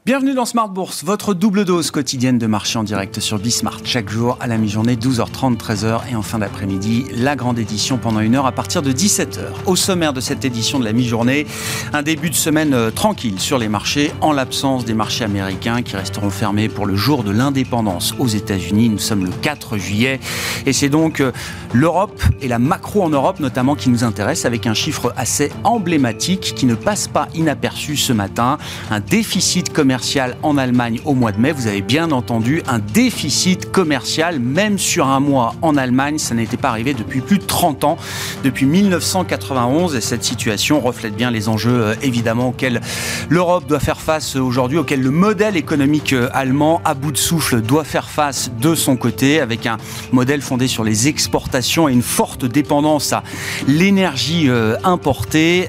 Bienvenue dans Smart Bourse, votre double dose quotidienne de marché en direct sur Bismart. Chaque jour à la mi-journée, 12h30, 13h et en fin d'après-midi, la grande édition pendant 1 heure à partir de 17h. Au sommaire de cette édition de la mi-journée, un début de semaine tranquille sur les marchés, en l'absence des marchés américains qui resteront fermés pour le jour de l'indépendance aux États-Unis. Nous sommes le 4 juillet et c'est donc l'Europe et la macro en Europe notamment qui nous intéressent avec un chiffre assez emblématique qui ne passe pas inaperçu ce matin. Un déficit commercial en Allemagne au mois de mai. Vous avez bien entendu, un déficit commercial, même sur un mois en Allemagne, ça n'était pas arrivé depuis plus de 30 ans, depuis 1991. Et cette situation reflète bien les enjeux, évidemment, auxquels l'Europe doit faire face aujourd'hui, auxquels le modèle économique allemand, à bout de souffle, doit faire face de son côté, avec un modèle fondé sur les exportations et une forte dépendance à l'énergie importée.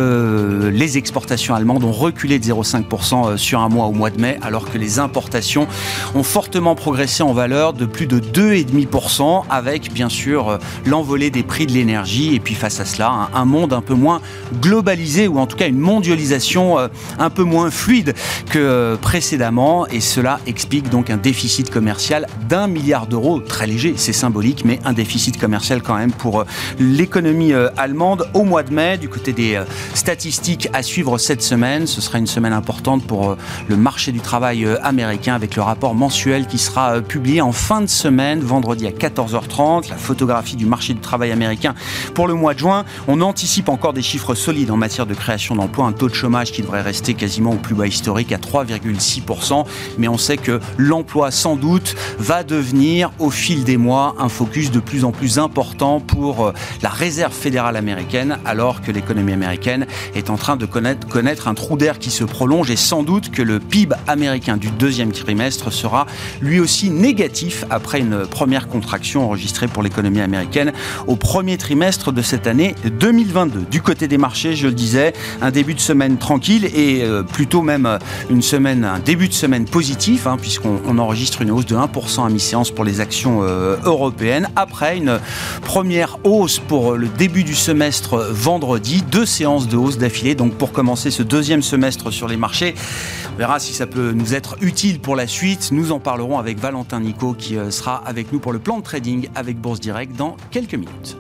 Les exportations allemandes ont reculé de 0,5% sur un mois au mois de mai, alors que les importations ont fortement progressé en valeur de plus de 2,5%, avec bien sûr l'envolée des prix de l'énergie et puis face à cela, un monde un peu moins globalisé ou en tout cas une mondialisation un peu moins fluide que précédemment, et cela explique donc un déficit commercial d'1 milliard d'euros, très léger, c'est symbolique, mais un déficit commercial quand même pour l'économie allemande au mois de mai. Du côté des statistiques à suivre cette semaine, ce sera une semaine importante pour le marché du travail américain avec le rapport mensuel qui sera publié en fin de semaine, vendredi à 14h30. La photographie du marché du travail américain pour le mois de juin. On anticipe encore des chiffres solides en matière de création d'emplois, un taux de chômage qui devrait rester quasiment au plus bas historique à 3,6%. Mais on sait que l'emploi, sans doute, va devenir au fil des mois un focus de plus en plus important pour la réserve fédérale américaine, alors que l'économie américaine est en train de connaître un trou d'air qui se prolonge, et sans doute que le PIB américain du deuxième trimestre sera lui aussi négatif après une première contraction enregistrée pour l'économie américaine au premier trimestre de cette année 2022. Du côté des marchés, je le disais, un début de semaine tranquille et plutôt même un début de semaine positif, puisqu'on enregistre une hausse de 1% à mi-séance pour les actions européennes, après une première hausse pour le début du semestre vendredi, 2 séances de hausse d'affilée. Donc pour commencer ce deuxième semestre sur les marchés, on verra si ça peut nous être utile pour la suite. Nous en parlerons avec Valentin Nicot qui sera avec nous pour le plan de trading avec Bourse Direct dans quelques minutes.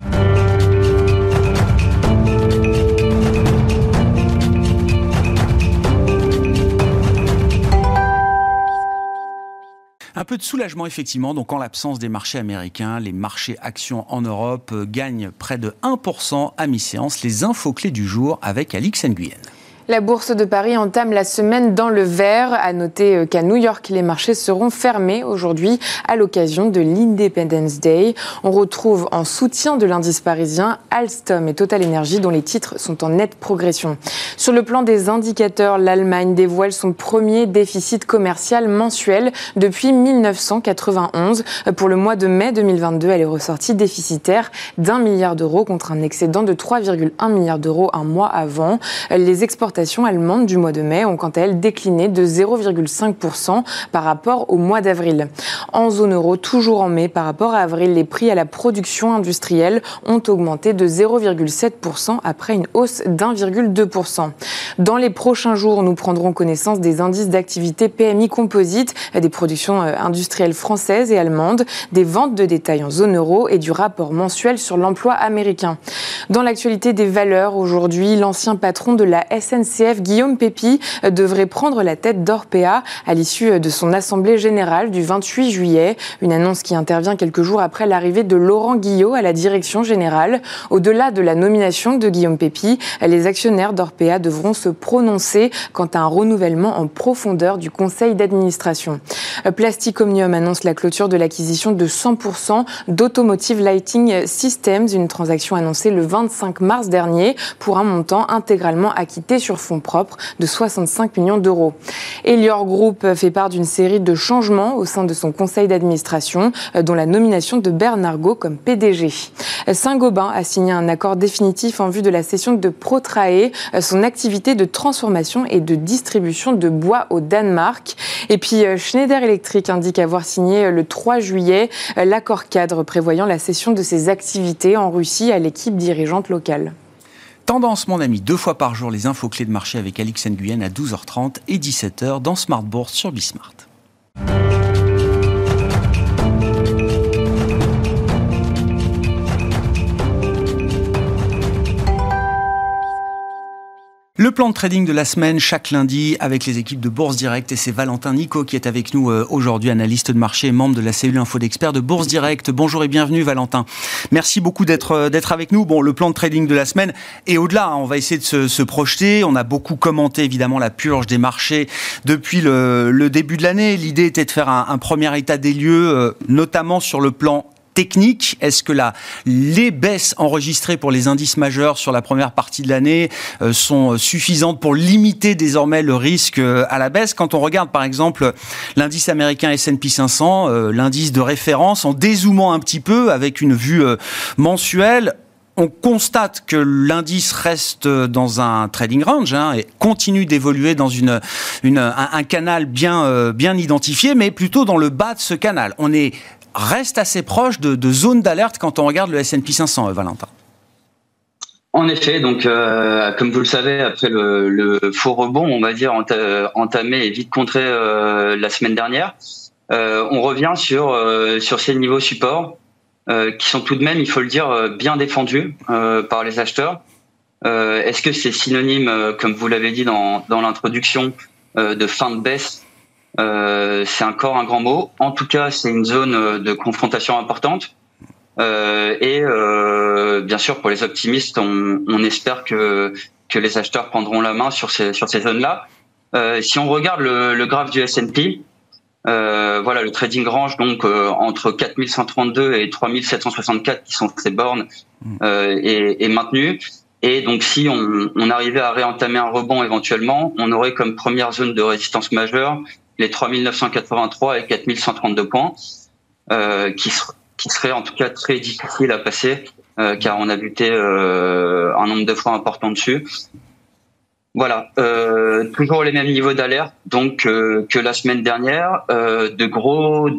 Un peu de soulagement effectivement, donc en l'absence des marchés américains, les marchés actions en Europe gagnent près de 1% à mi-séance. Les infos clés du jour avec Alix Nguyen. La bourse de Paris entame la semaine dans le vert. À noter qu'à New York, les marchés seront fermés aujourd'hui à l'occasion de l'Independence Day. On retrouve en soutien de l'indice parisien Alstom et Total Energy dont les titres sont en nette progression. Sur le plan des indicateurs, l'Allemagne dévoile son premier déficit commercial mensuel depuis 1991. Pour le mois de mai 2022, elle est ressortie déficitaire d'1 milliard d'euros contre un excédent de 3,1 milliards d'euros un mois avant. Les exportations allemandes du mois de mai ont quant à elles décliné de 0,5% par rapport au mois d'avril. En zone euro, toujours en mai par rapport à avril, les prix à la production industrielle ont augmenté de 0,7% après une hausse d'1,2%. Dans les prochains jours, nous prendrons connaissance des indices d'activité PMI composite, des productions industrielles françaises et allemandes, des ventes de détail en zone euro et du rapport mensuel sur l'emploi américain. Dans l'actualité des valeurs, aujourd'hui, l'ancien patron de la SNCF, Guillaume Pépi, devrait prendre la tête d'Orpea à l'issue de son assemblée générale du 28 juillet. Une annonce qui intervient quelques jours après l'arrivée de Laurent Guillot à la direction générale. Au-delà de la nomination de Guillaume Pépi, les actionnaires d'Orpea devront se prononcer quant à un renouvellement en profondeur du conseil d'administration. Plastic Omnium annonce la clôture de l'acquisition de 100% d'Automotive Lighting Systems, une transaction annoncée le 25 mars dernier pour un montant intégralement acquitté sur fonds propres de 65 millions d'euros. Elior Group fait part d'une série de changements au sein de son conseil d'administration, dont la nomination de Bernard Got comme PDG. Saint-Gobain a signé un accord définitif en vue de la cession de Protrae, son activité de transformation et de distribution de bois au Danemark. Et puis Schneider Electric indique avoir signé le 3 juillet l'accord cadre prévoyant la cession de ses activités en Russie à l'équipe dirigeante locale. Tendance, mon ami, 2 fois par jour, les infos clés de marché avec Alix Nguyen à 12h30 et 17h dans Smart Bourse sur Bismart. Le plan de trading de la semaine, chaque lundi, avec les équipes de Bourse Direct. Et c'est Valentin Nico qui est avec nous aujourd'hui, analyste de marché et membre de la cellule info d'experts de Bourse Direct. Bonjour et bienvenue Valentin. Merci beaucoup d'être avec nous. Bon, le plan de trading de la semaine et au-delà, on va essayer de se projeter. On a beaucoup commenté évidemment la purge des marchés depuis le début de l'année. L'idée était de faire un premier état des lieux, notamment sur le plan technique. Est-ce que les baisses enregistrées pour les indices majeurs sur la première partie de l'année sont suffisantes pour limiter désormais le risque à la baisse? Quand on regarde par exemple l'indice américain S&P 500, l'indice de référence, en dézoomant un petit peu avec une vue mensuelle, on constate que l'indice reste dans un trading range et continue d'évoluer dans un canal bien identifié, mais plutôt dans le bas de ce canal. On reste assez proche de zone d'alerte quand on regarde le S&P 500, Valentin. En effet, donc comme vous le savez, après le faux rebond, on va dire entamé et vite contré la semaine dernière, on revient sur ces niveaux supports qui sont tout de même, il faut le dire, bien défendus par les acheteurs. Est-ce que c'est synonyme, comme vous l'avez dit dans l'introduction, de fin de baisse? C'est encore un grand mot. En tout cas, c'est une zone de confrontation importante. Et bien sûr, pour les optimistes, on espère que les acheteurs prendront la main sur ces zones-là. Si on regarde le graphe du S&P, voilà, le trading range donc entre 4132 et 3764 qui sont ces bornes est maintenu. Et donc, si on arrivait à réentamer un rebond éventuellement, on aurait comme première zone de résistance majeure les 3983 et 4132 points, qui seraient en tout cas très difficiles à passer, car on a buté un nombre de fois important dessus. Voilà, toujours les mêmes niveaux d'alerte, donc que la semaine dernière, de gros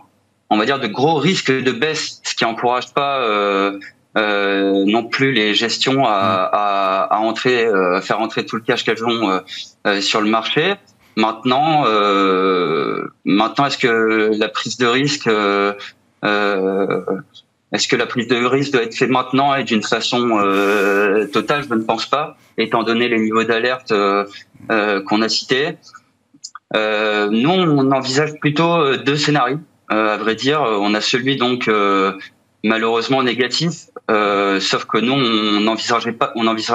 risques de baisse, ce qui encourage pas non plus les gestions à faire entrer tout le cash qu'elles ont sur le marché. Maintenant, est-ce que la prise de risque, doit être faite maintenant et d'une façon totale? Je ne pense pas, étant donné les niveaux d'alerte qu'on a cités. Nous, on envisage plutôt 2 scénarios. À vrai dire, on a celui donc malheureusement négatif, sauf que nous, on n'envisagerait pas,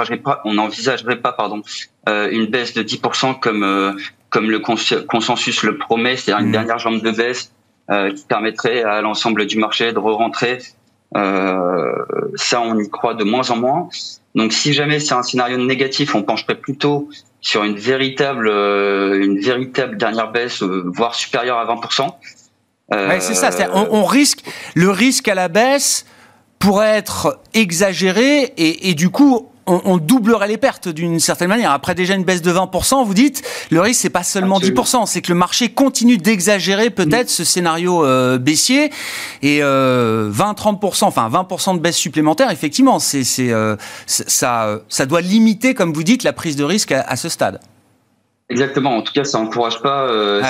une baisse de 10% comme le consensus le promet, c'est-à-dire une dernière jambe de baisse qui permettrait à l'ensemble du marché de re-rentrer. Ça, on y croit de moins en moins. Donc, si jamais c'est un scénario négatif, on pencherait plutôt sur une véritable dernière baisse, voire supérieure à 20%. Ouais, c'est ça. Le risque à la baisse pourrait être exagéré et du coup, on doublerait les pertes d'une certaine manière. Après déjà une baisse de 20%, vous dites, le risque, c'est pas seulement 10%, c'est que le marché continue d'exagérer peut-être ce scénario baissier et 20% de baisse supplémentaire, effectivement, ça doit limiter, comme vous dites, la prise de risque à ce stade. Exactement. En tout cas, ça encourage pas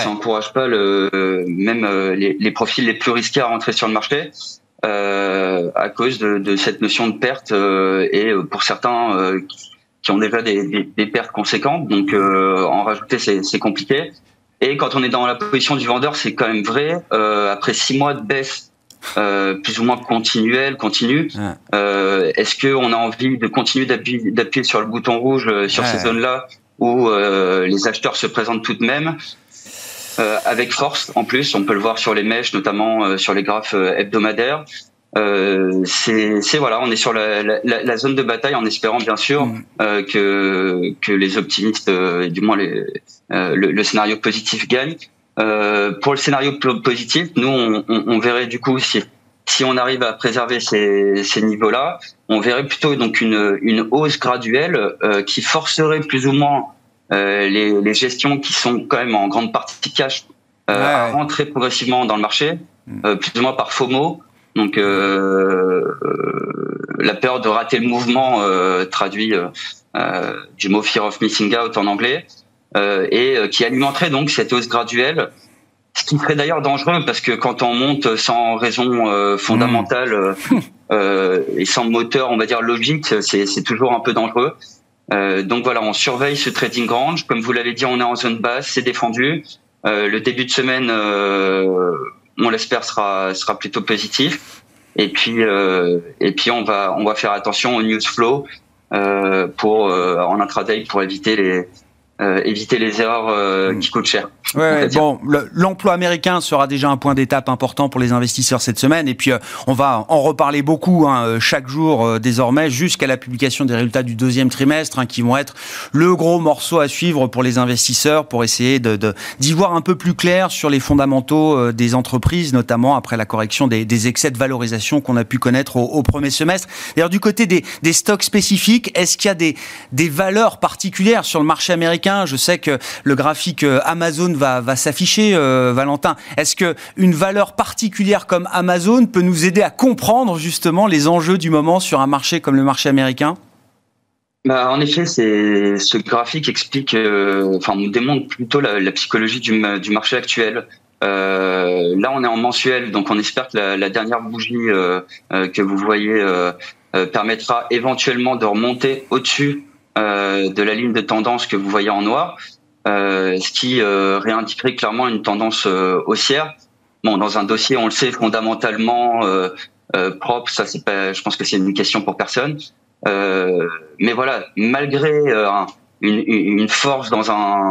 les profils les plus risqués à rentrer sur le marché. À cause de cette notion de perte et pour certains qui ont déjà des pertes conséquentes, donc en rajouter c'est compliqué. Et quand on est dans la position du vendeur, c'est quand même vrai. Après 6 mois de baisse plus ou moins continue, est-ce qu'on a envie de continuer d'appuyer sur le bouton rouge sur ces zones-là où les acheteurs se présentent tout de même avec force? En plus, on peut le voir sur les mèches, notamment sur les graphes hebdomadaires. On est sur la zone de bataille, en espérant bien sûr que les optimistes, du moins le scénario positif gagne. Pour le scénario positif, nous on verrait du coup si on arrive à préserver ces niveaux-là, on verrait plutôt donc une hausse graduelle qui forcerait plus ou moins les gestions qui sont quand même en grande partie cash à rentrer progressivement dans le marché, plus ou moins par FOMO. Donc la peur de rater le mouvement, traduit du mot fear of missing out en anglais, et qui alimenterait donc cette hausse graduelle. Ce qui serait d'ailleurs dangereux parce que quand on monte sans raison fondamentale et sans moteur, on va dire logique, c'est toujours un peu dangereux. Donc voilà, on surveille ce trading range. Comme vous l'avez dit, on est en zone basse, c'est défendu. Le début de semaine, on l'espère, sera plutôt positif. Et puis on va faire attention au news flow en intraday pour éviter les erreurs qui coûtent cher. Ouais, bon, l'emploi américain sera déjà un point d'étape important pour les investisseurs cette semaine, et puis on va en reparler beaucoup chaque jour désormais jusqu'à la publication des résultats du deuxième trimestre qui vont être le gros morceau à suivre pour les investisseurs pour essayer d'y voir un peu plus clair sur les fondamentaux des entreprises, notamment après la correction des excès de valorisation qu'on a pu connaître au premier semestre. D'ailleurs, du côté des stocks spécifiques, est-ce qu'il y a des valeurs particulières sur le marché américain? Je sais que le graphique Amazon va s'afficher, Valentin. Est-ce que une valeur particulière comme Amazon peut nous aider à comprendre justement les enjeux du moment sur un marché comme le marché américain? En effet, ce graphique explique, nous démontre plutôt la psychologie du marché actuel. Là, on est en mensuel, donc on espère que la dernière bougie que vous voyez permettra éventuellement de remonter au-dessus de la ligne de tendance que vous voyez en noir. Ce qui réindiquerait clairement une tendance haussière. Bon, dans un dossier, on le sait, fondamentalement propre, ça c'est pas, je pense que c'est une question pour personne. Mais voilà, malgré une force dans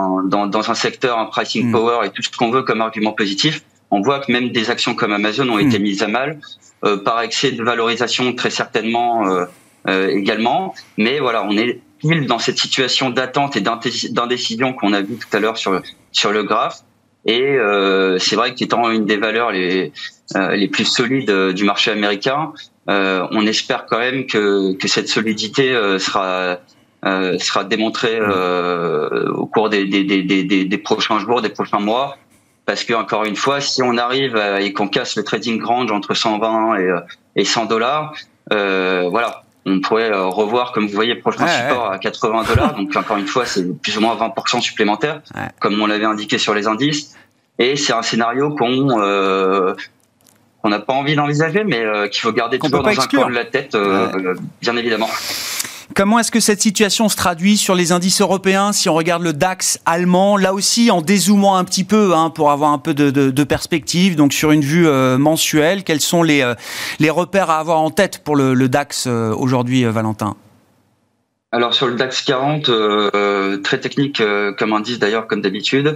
un secteur, un pricing power et tout ce qu'on veut comme argument positif, on voit que même des actions comme Amazon ont été mises à mal par excès de valorisation très certainement également. Mais voilà, on est dans cette situation d'attente et d'indécision qu'on a vu tout à l'heure sur le graphe, et c'est vrai qu'étant une des valeurs les plus solides du marché américain, on espère quand même que cette solidité sera démontrée au cours des prochains jours, des prochains mois, parce que encore une fois, si on arrive et qu'on casse le trading range entre 120 et $100, voilà. On pourrait revoir, comme vous voyez, le prochain support à $80. Donc, encore une fois, c'est plus ou moins 20% supplémentaire, comme on l'avait indiqué sur les indices. Et c'est un scénario qu'on n'a pas envie d'envisager, mais qu'il faut garder toujours dans un coin de la tête, bien évidemment. Comment est-ce que cette situation se traduit sur les indices européens? Si on regarde le DAX allemand, là aussi en dézoomant un petit peu pour avoir un peu de perspective, donc sur une vue mensuelle, quels sont les repères à avoir en tête pour le DAX aujourd'hui, Valentin? Alors sur le DAX 40, très technique comme indice d'ailleurs, comme d'habitude,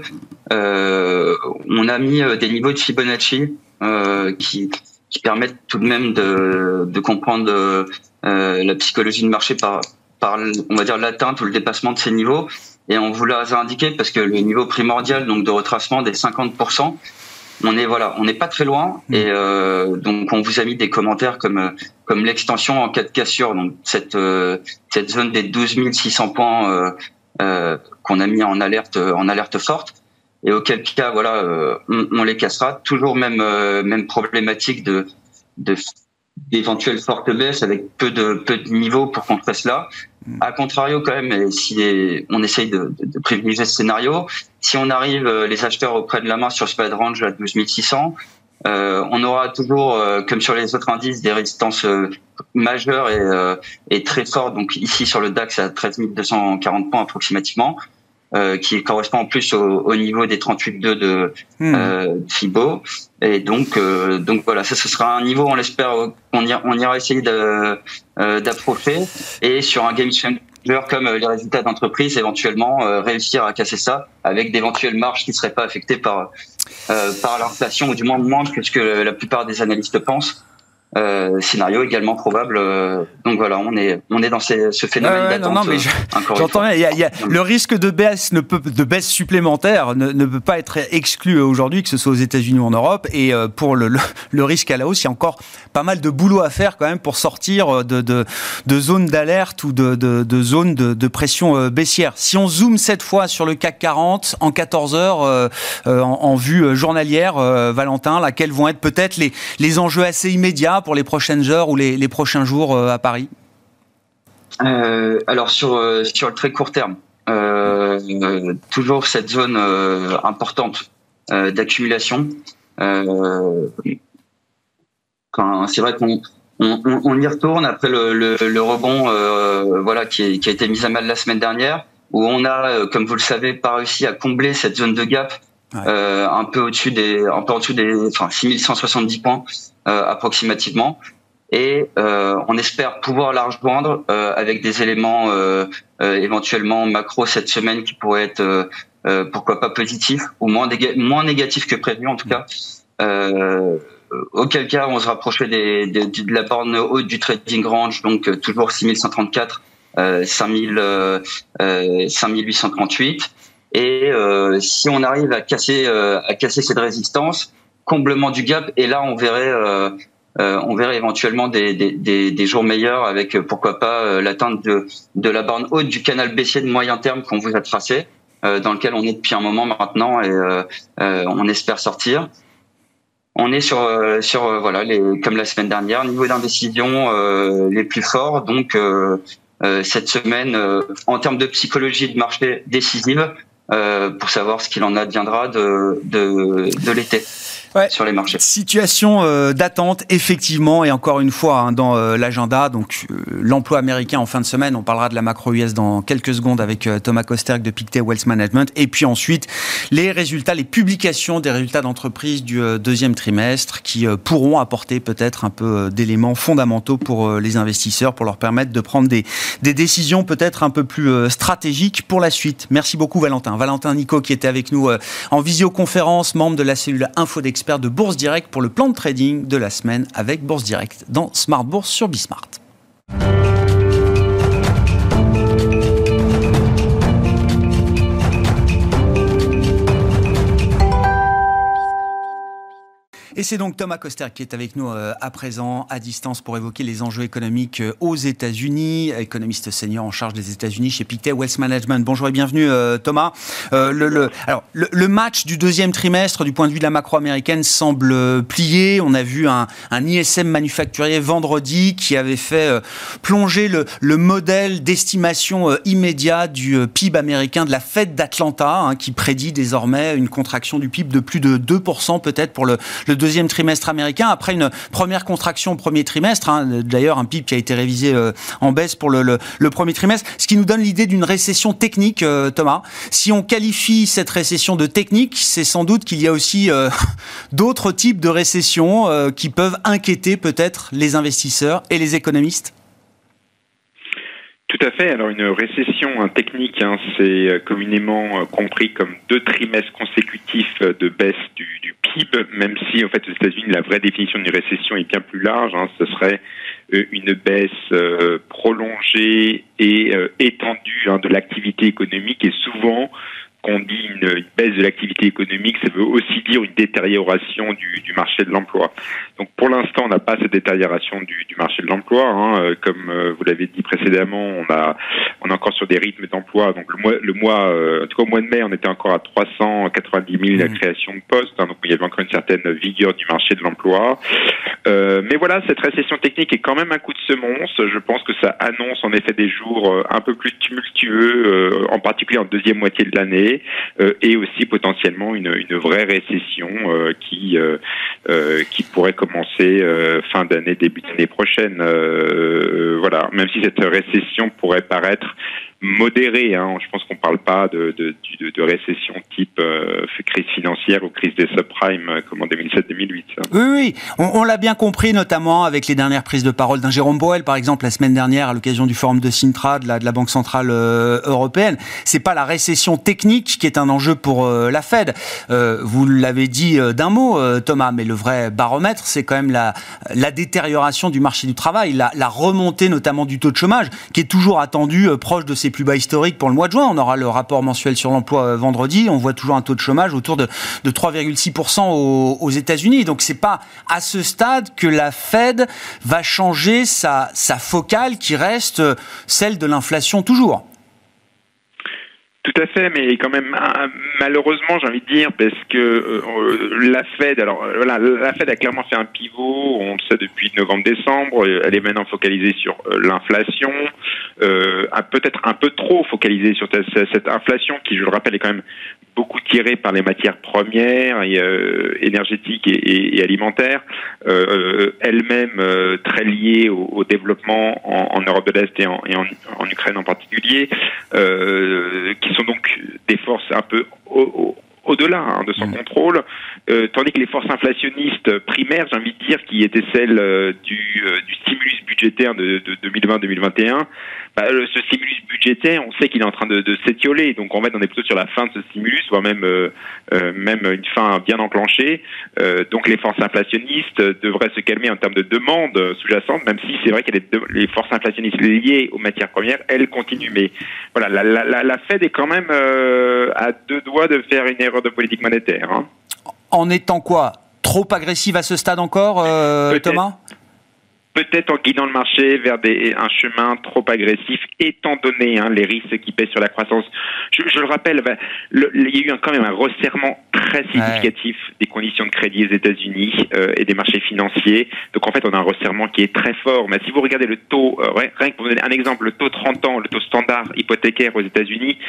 on a mis des niveaux de Fibonacci qui permettent tout de même de comprendre la psychologie de marché par on va dire l'atteinte ou le dépassement de ces niveaux, et on vous l'a indiqué parce que le niveau primordial donc de retracement des 50%, on n'est pas très loin, et donc on vous a mis des commentaires comme l'extension en cas de cassure, donc cette zone des 12 600 points qu'on a mis en alerte forte, et auquel cas on les cassera. Toujours même problématique d'éventuelles fortes baisses avec peu de niveaux pour contrer cela. A contrario, quand même, si on essaye de privilégier ce scénario, si on arrive les acheteurs auprès de la main sur ce bas de range à 12 600, on aura toujours, comme sur les autres indices, des résistances majeures et très fortes. Donc ici sur le DAX à 13 240 points approximativement, qui correspond en plus au niveau des 38,2 de Fibo. Et donc voilà, ça ce sera un niveau, on l'espère, on ira essayer d'approcher, et sur un game changer comme les résultats d'entreprise, éventuellement réussir à casser ça avec d'éventuelles marges qui ne seraient pas affectées par l'inflation, ou du moins moins que ce que la plupart des analystes pensent. Scénario également probable. Donc voilà, on est dans ce phénomène d'attente. Non, mais j'entends bien. Il y a le risque de baisse supplémentaire ne peut pas être exclu aujourd'hui, que ce soit aux États-Unis ou en Europe. Et pour le risque à la hausse, il y a encore pas mal de boulot à faire quand même pour sortir de zones d'alerte ou de zones de pression baissière. Si on zoome cette fois sur le CAC 40 en 14 heures en vue journalière, Valentin, là, quels vont être peut-être les enjeux assez immédiats là pour les prochaines heures ou les prochains jours à Paris? Alors sur le très court terme, toujours cette zone importante d'accumulation. C'est vrai qu'on y retourne après le rebond qui a été mis à mal la semaine dernière, où on a, comme vous le savez, pas réussi à combler cette zone de gap. Un peu en dessous des 6170 points approximativement, et on espère pouvoir la rejoindre avec des éléments éventuellement macro cette semaine qui pourraient être pourquoi pas positifs ou moins négatifs que prévu en tout cas. Auquel cas on se rapprocherait de la borne haute du trading range, donc toujours 6134, 5838. Et si on arrive à casser cette résistance, comblement du gap, et là on verrait éventuellement des jours meilleurs avec pourquoi pas l'atteinte de la borne haute du canal baissier de moyen terme qu'on vous a tracé, dans lequel on est depuis un moment maintenant, et on espère sortir. On est sur comme la semaine dernière, niveau d'indécision les plus forts, donc cette semaine en termes de psychologie de marché décisive, pour savoir ce qu'il en adviendra de l'été. Sur les marchés. Situation d'attente, effectivement, et encore une fois dans l'agenda. Donc l'emploi américain en fin de semaine, on parlera de la macro US dans quelques secondes avec Thomas Kosterk de Pictet Wealth Management. Et puis ensuite, les publications des résultats d'entreprise du deuxième trimestre qui pourront apporter peut-être un peu d'éléments fondamentaux pour les investisseurs, pour leur permettre de prendre des décisions peut-être un peu plus stratégiques pour la suite. Merci beaucoup Valentin. Valentin Nicot qui était avec nous en visioconférence, membre de la cellule Info d'Expert de Bourse Direct pour le plan de trading de la semaine avec Bourse Direct dans Smart Bourse sur Bismart. Et c'est donc Thomas Kosterk qui est avec nous à présent, à distance, pour évoquer les enjeux économiques aux États-Unis, économiste senior en charge des États-Unis chez Pictet Wealth Management. Bonjour et bienvenue Thomas. Le match du deuxième trimestre du point de vue de la macro américaine semble plié. On a vu un ISM manufacturier vendredi qui avait fait plonger le modèle d'estimation immédiat du PIB américain de la Fed d'Atlanta, qui prédit désormais une contraction du PIB de plus de 2% peut-être pour le deuxième trimestre américain, après une première contraction au premier trimestre, d'ailleurs un PIB qui a été révisé en baisse pour le premier trimestre, ce qui nous donne l'idée d'une récession technique, Thomas. Si on qualifie cette récession de technique, c'est sans doute qu'il y a aussi d'autres types de récessions qui peuvent inquiéter peut-être les investisseurs et les économistes. Tout à fait. Alors une récession technique, c'est communément compris comme 2 trimestres consécutifs de baisse du PIB, même si en fait aux États-Unis la vraie définition d'une récession est bien plus large. Ce serait une baisse prolongée et étendue de l'activité économique, et souvent qu'on dit une baisse de l'activité économique, ça veut aussi dire une détérioration du marché de l'emploi. Donc pour l'instant, on n'a pas cette détérioration du marché de l'emploi. Comme vous l'avez dit précédemment, on est encore sur des rythmes d'emploi. Donc le mois, en tout cas au mois de mai, on était encore à 390 000 créations de postes. Donc il y avait encore une certaine vigueur du marché de l'emploi. Mais voilà, cette récession technique est quand même un coup de semonce. Je pense que ça annonce en effet des jours un peu plus tumultueux, en particulier en deuxième moitié de l'année. Et aussi potentiellement une vraie récession qui pourrait commencer fin d'année, début d'année prochaine. Voilà, même si cette récession pourrait paraître modérée, je pense qu'on ne parle pas de récession type crise financière ou crise des subprimes comme en 2007-2008. Oui, on l'a bien compris, notamment avec les dernières prises de parole d'un Jérôme Powell, par exemple, la semaine dernière, à l'occasion du forum de Sintra, de la Banque Centrale Européenne. C'est pas la récession technique qui est un enjeu pour la Fed. Vous l'avez dit d'un mot, Thomas, mais le vrai baromètre, c'est quand même la détérioration du marché du travail, la remontée notamment du taux de chômage, qui est toujours attendu proche de ses plus bas historiques pour le mois de juin. On aura le rapport mensuel sur l'emploi vendredi. On voit toujours un taux de chômage autour de 3,6% aux États-Unis. Donc c'est pas à ce stade que la Fed va changer sa focale qui reste celle de l'inflation toujours. Tout à fait, mais quand même, malheureusement, j'ai envie de dire, parce que la Fed, la Fed a clairement fait un pivot, on le sait depuis novembre-décembre, elle est maintenant focalisée sur l'inflation, peut-être un peu trop focalisée sur cette inflation qui, je le rappelle, est quand même beaucoup tirée par les matières premières, énergétiques et alimentaires, elle-même très liée au développement en Europe de l'Est et en Ukraine en particulier, qui sont donc des forces un peu au-delà de son contrôle, tandis que les forces inflationnistes primaires, j'ai envie de dire, qui étaient celles du stimulus budgétaire de 2020-2021, ce stimulus budgétaire, on sait qu'il est en train de s'étioler, donc en fait on est plutôt sur la fin de ce stimulus, voire même une fin bien enclenchée, donc les forces inflationnistes devraient se calmer en termes de demande sous-jacente, même si c'est vrai que les forces inflationnistes liées aux matières premières, elles continuent, mais voilà, la Fed est quand même à deux doigts de faire une erreur de politique monétaire. Hein. En étant quoi ? Trop agressive à ce stade encore, Thomas ? Peut-être en guidant le marché vers un chemin trop agressif, étant donné les risques qui pèsent sur la croissance. Je le rappelle, il y a eu quand même un resserrement très significatif des conditions de crédit aux États-Unis et des marchés financiers. Donc en fait, on a un resserrement qui est très fort. Mais si vous regardez le taux, rien que pour vous donner un exemple, le taux 30 ans, le taux standard hypothécaire aux États-Unis,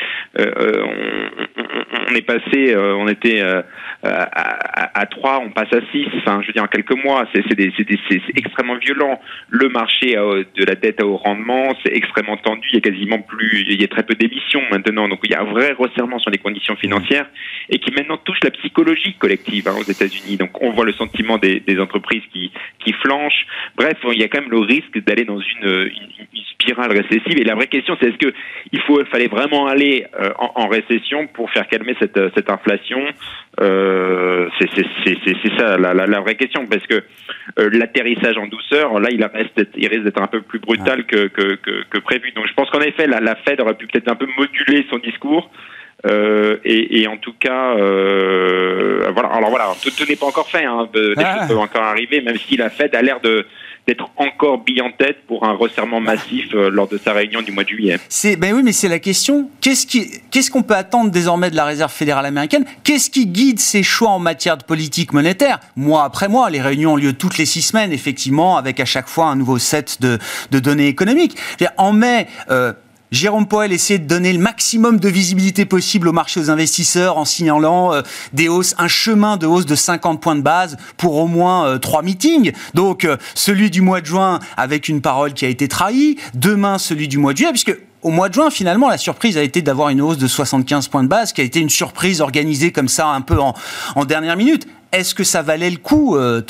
on est passé, on était à 3, on passe à 6. Enfin, je veux dire, en quelques mois, c'est extrêmement violent. Le marché de la dette à haut rendement, c'est extrêmement tendu. Il y a très peu d'émissions maintenant. Donc il y a un vrai resserrement sur les conditions financières et qui maintenant touche la psychologie collective aux États-Unis. Donc on voit le sentiment des entreprises qui flanchent. Bref, il y a quand même le risque d'aller dans une spirale récessive. Et la vraie question, c'est est-ce que fallait vraiment aller en récession pour faire calmer cette inflation? C'est ça la vraie question, parce que l'atterrissage en douceur, là, il risque d'être un peu plus brutal que prévu. Donc je pense qu'en effet, la Fed aurait pu peut-être un peu moduler son discours. Et en tout cas, voilà. Alors voilà, tout n'est pas encore fait. Des choses peuvent encore arriver, même si la Fed a l'air d'être encore bille en tête pour un resserrement massif lors de sa réunion du mois de juillet. Oui, mais c'est la question. Qu'est-ce qu'on peut attendre désormais de la Réserve fédérale américaine ? Qu'est-ce qui guide ses choix en matière de politique monétaire ? Mois après mois, les réunions ont lieu toutes les 6 semaines, effectivement, avec à chaque fois un nouveau set de données économiques. En mai, Jérôme Powell essaie de donner le maximum de visibilité possible au marché, aux investisseurs, en signalant un chemin de hausse de 50 points de base pour au moins 3 meetings. Donc, celui du mois de juin avec une parole qui a été trahie. Demain, celui du mois de juillet, puisque au mois de juin, finalement, la surprise a été d'avoir une hausse de 75 points de base, qui a été une surprise organisée comme ça, un peu en dernière minute. Est-ce que ça valait le coup, Thomas ?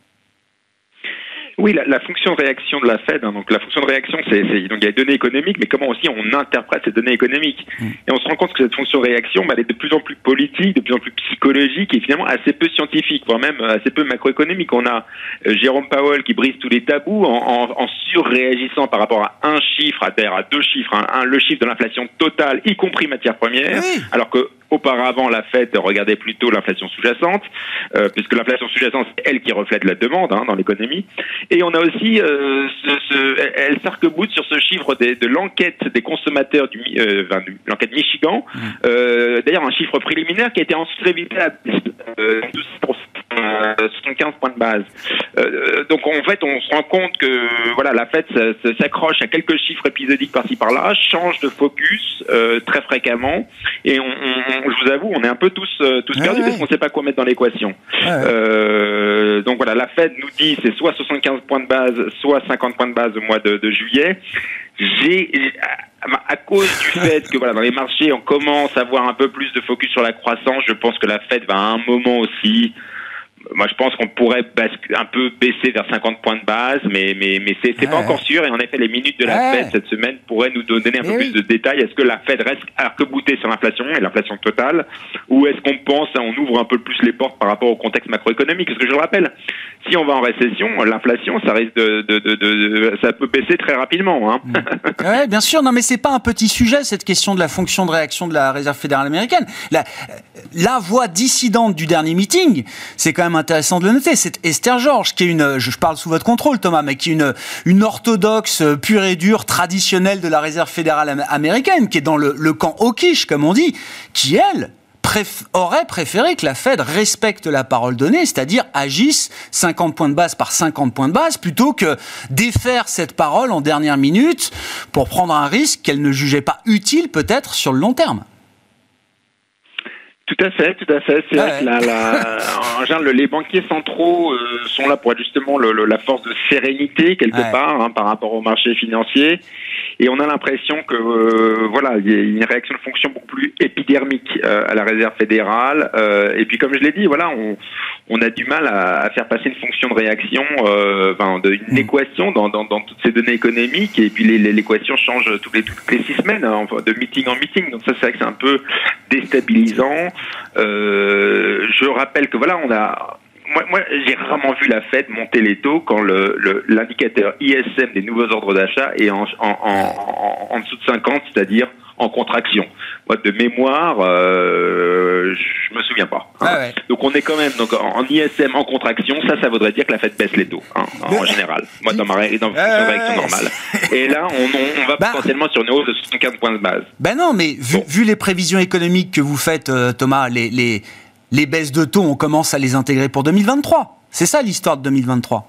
Oui, la fonction de réaction de la Fed, donc la fonction de réaction, donc il y a les données économiques, mais comment aussi on interprète ces données économiques. Et on se rend compte que cette fonction de réaction, elle est de plus en plus politique, de plus en plus psychologique et finalement assez peu scientifique, voire même assez peu macroéconomique. On a Jérôme Powell qui brise tous les tabous en surréagissant par rapport à un chiffre, à 2 chiffres, le chiffre de l'inflation totale, y compris matières premières, alors que auparavant, la Fed regardait plutôt l'inflation sous-jacente, puisque l'inflation sous-jacente, c'est elle qui reflète la demande dans l'économie. Et on a aussi, elle s'arc-boute sur ce chiffre de l'enquête des consommateurs l'enquête Michigan. D'ailleurs, un chiffre préliminaire qui a été ensuite révisé à 75 points de base. Donc en fait, on se rend compte que la Fed s'accroche à quelques chiffres épisodiques par-ci par-là, change de focus très fréquemment, et je vous avoue, on est un peu tous perdus parce qu'on ne sait pas quoi mettre dans l'équation. Donc voilà, la Fed nous dit c'est soit 75 points de base, soit 50 points de base au mois de juillet. À cause du fait que dans les marchés, on commence à avoir un peu plus de focus sur la croissance, je pense que la Fed va à un moment aussi. Moi, je pense qu'on pourrait un peu baisser vers 50 points de base, mais c'est pas encore sûr. Et en effet, les minutes de la Fed cette semaine pourraient nous donner un peu plus de détails. Est-ce que la Fed reste arc-boutée sur l'inflation et l'inflation totale, ou est-ce qu'on on ouvre un peu plus les portes par rapport au contexte macroéconomique? Parce que je le rappelle, si on va en récession, l'inflation, ça risque ça peut baisser très rapidement. Oui, bien sûr. Non, mais c'est pas un petit sujet, cette question de la fonction de réaction de la Réserve fédérale américaine. La voix dissidente du dernier meeting, c'est quand même même intéressant de le noter, c'est Esther Georges, qui est je parle sous votre contrôle Thomas, mais qui est une orthodoxe pure et dure, traditionnelle de la réserve fédérale américaine, qui est dans le camp hawkish, comme on dit, qui elle aurait préféré que la Fed respecte la parole donnée, c'est-à-dire agisse 50 points de base par 50 points de base, plutôt que défaire cette parole en dernière minute pour prendre un risque qu'elle ne jugeait pas utile peut-être sur le long terme. Tout à fait. C'est vrai que en général, les banquiers centraux sont là pour être justement la force de sérénité quelque part par rapport au marché financier. Et on a l'impression que il y a une réaction de fonction beaucoup plus épidermique à la Réserve fédérale. Et puis comme je l'ai dit, on a du mal à faire passer une fonction de réaction, une équation dans toutes ces données économiques. Et puis l'équation change toutes les 6 semaines, de meeting en meeting. Donc ça, c'est vrai que c'est un peu déstabilisant. Je rappelle que moi, j'ai rarement vu la Fed monter les taux quand l'indicateur ISM des nouveaux ordres d'achat est en dessous de 50, c'est-à-dire en contraction. Moi, de mémoire, je me souviens pas. Donc, on est quand même en ISM en contraction. Ça voudrait dire que la Fed baisse les taux, en général. Moi, dans ma réaction normale. Et là, on va potentiellement sur une hausse de 75 points de base. Non, mais vu les prévisions économiques que vous faites, Thomas, les baisses de taux, on commence à les intégrer pour 2023. C'est ça l'histoire de 2023.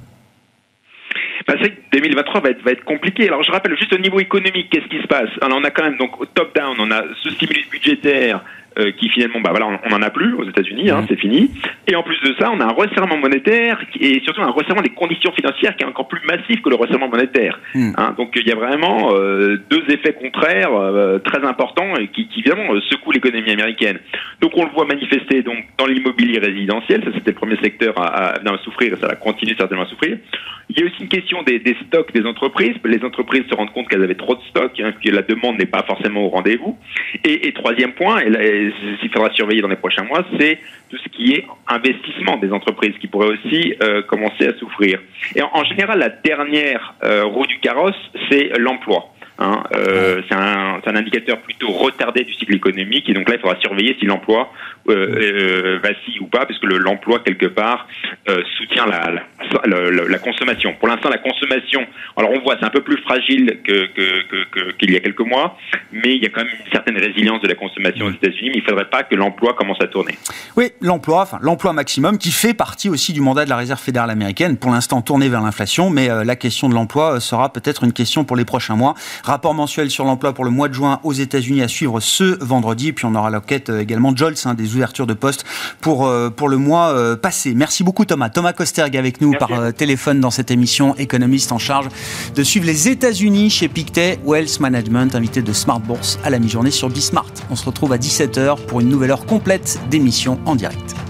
C'est que 2023 va être compliqué. Alors je rappelle juste au niveau économique, qu'est-ce qui se passe ? Alors on a quand même donc au top-down, on a ce stimulus budgétaire qui finalement, on n'en a plus aux États-Unis, c'est fini. Et en plus de ça, on a un resserrement monétaire et surtout un resserrement des conditions financières qui est encore plus massif que le resserrement monétaire. Donc il y a vraiment deux effets contraires très importants et qui évidemment secouent l'économie américaine. Donc on le voit manifester donc dans l'immobilier résidentiel, ça c'était le premier secteur à venir souffrir et ça va continuer certainement à souffrir. Il y a aussi une question des stocks des entreprises. Les entreprises se rendent compte qu'elles avaient trop de stocks, que la demande n'est pas forcément au rendez-vous. Et troisième point, et là, s'il faudra surveiller dans les prochains mois, c'est tout ce qui est investissement des entreprises qui pourrait aussi commencer à souffrir. Et en général, la dernière roue du carrosse, c'est l'emploi. C'est un indicateur plutôt retardé du cycle économique et donc là il faudra surveiller si l'emploi vacille ou pas, puisque l'emploi quelque part soutient la consommation. Pour l'instant la consommation, alors on voit c'est un peu plus fragile qu'il y a quelques mois, mais il y a quand même une certaine résilience de la consommation aux États-Unis, mais il ne faudrait pas que l'emploi commence à tourner. Oui, l'emploi maximum qui fait partie aussi du mandat de la Réserve fédérale américaine, pour l'instant tourné vers l'inflation, mais la question de l'emploi sera peut-être une question pour les prochains mois. Rapport mensuel sur l'emploi pour le mois de juin aux États-Unis à suivre ce vendredi. Puis on aura l'enquête également Jolts, des ouvertures de postes pour le mois passé. Merci beaucoup Thomas. Thomas Kosterg avec nous par téléphone dans cette émission, économiste en charge de suivre les États-Unis chez Pictet Wealth Management, invité de Smart Bourse à la mi-journée sur Bismart. On se retrouve à 17h pour une nouvelle heure complète d'émission en direct.